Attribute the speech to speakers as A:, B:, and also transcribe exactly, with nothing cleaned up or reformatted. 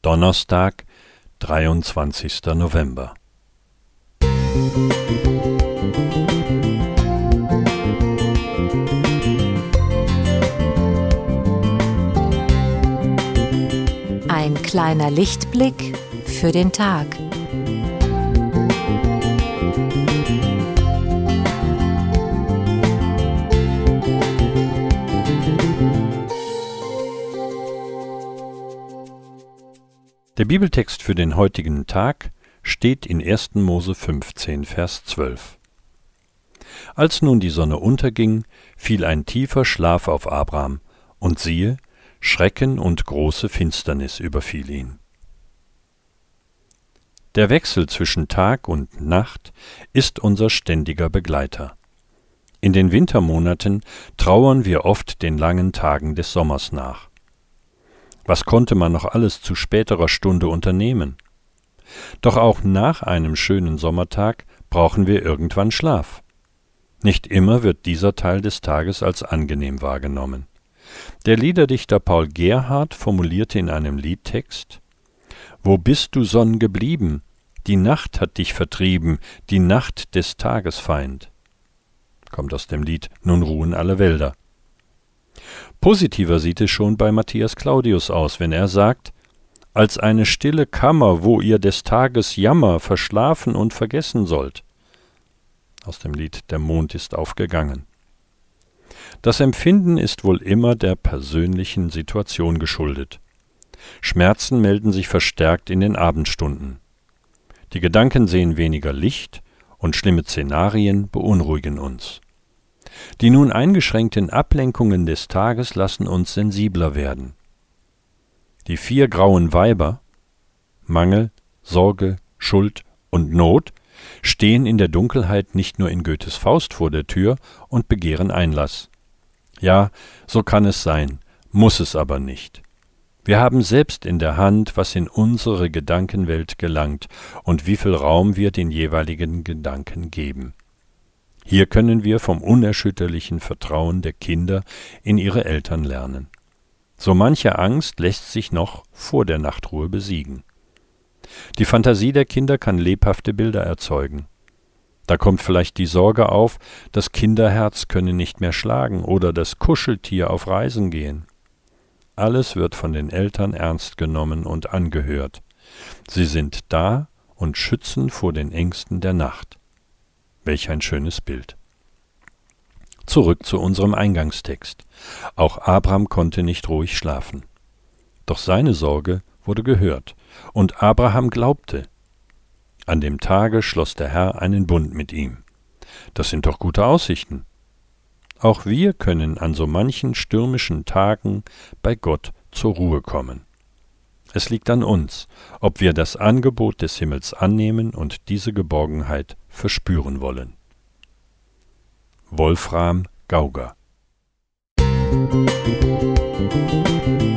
A: Donnerstag, dreiundzwanzigster November.
B: Ein kleiner Lichtblick für den Tag.
A: Der Bibeltext für den heutigen Tag steht in erster Mose fünfzehn, Vers zwölf. Als nun die Sonne unterging, fiel ein tiefer Schlaf auf Abram, und siehe, Schrecken und große Finsternis überfiel ihn. Der Wechsel zwischen Tag und Nacht ist unser ständiger Begleiter. In den Wintermonaten trauern wir oft den langen Tagen des Sommers nach. Was konnte man noch alles zu späterer Stunde unternehmen? Doch auch nach einem schönen Sommertag brauchen wir irgendwann Schlaf. Nicht immer wird dieser Teil des Tages als angenehm wahrgenommen. Der Liederdichter Paul Gerhardt formulierte in einem Liedtext: »Wo bist du, Sonn, geblieben? Die Nacht hat dich vertrieben, die Nacht des Tages Feind.« Kommt aus dem Lied »Nun ruhen alle Wälder«. Positiver sieht es schon bei Matthias Claudius aus, wenn er sagt: »Als eine stille Kammer, wo ihr des Tages Jammer verschlafen und vergessen sollt.« Aus dem Lied »Der Mond ist aufgegangen«. Das Empfinden ist wohl immer der persönlichen Situation geschuldet. Schmerzen melden sich verstärkt in den Abendstunden. Die Gedanken sehen weniger Licht und schlimme Szenarien beunruhigen uns. Die nun eingeschränkten Ablenkungen des Tages lassen uns sensibler werden. Die vier grauen Weiber, Mangel, Sorge, Schuld und Not, stehen in der Dunkelheit nicht nur in Goethes Faust vor der Tür und begehren Einlass. Ja, so kann es sein, muss es aber nicht. Wir haben selbst in der Hand, was in unsere Gedankenwelt gelangt und wie viel Raum wir den jeweiligen Gedanken geben. Hier können wir vom unerschütterlichen Vertrauen der Kinder in ihre Eltern lernen. So manche Angst lässt sich noch vor der Nachtruhe besiegen. Die Fantasie der Kinder kann lebhafte Bilder erzeugen. Da kommt vielleicht die Sorge auf, das Kinderherz könne nicht mehr schlagen oder das Kuscheltier auf Reisen gehen. Alles wird von den Eltern ernst genommen und angehört. Sie sind da und schützen vor den Ängsten der Nacht. Welch ein schönes Bild. Zurück zu unserem Eingangstext. Auch Abram konnte nicht ruhig schlafen. Doch seine Sorge wurde gehört, und Abraham glaubte. An dem Tage schloss der Herr einen Bund mit ihm. Das sind doch gute Aussichten. Auch wir können an so manchen stürmischen Tagen bei Gott zur Ruhe kommen. Es liegt an uns, ob wir das Angebot des Himmels annehmen und diese Geborgenheit verspüren wollen. Wolfram Gauger. Musik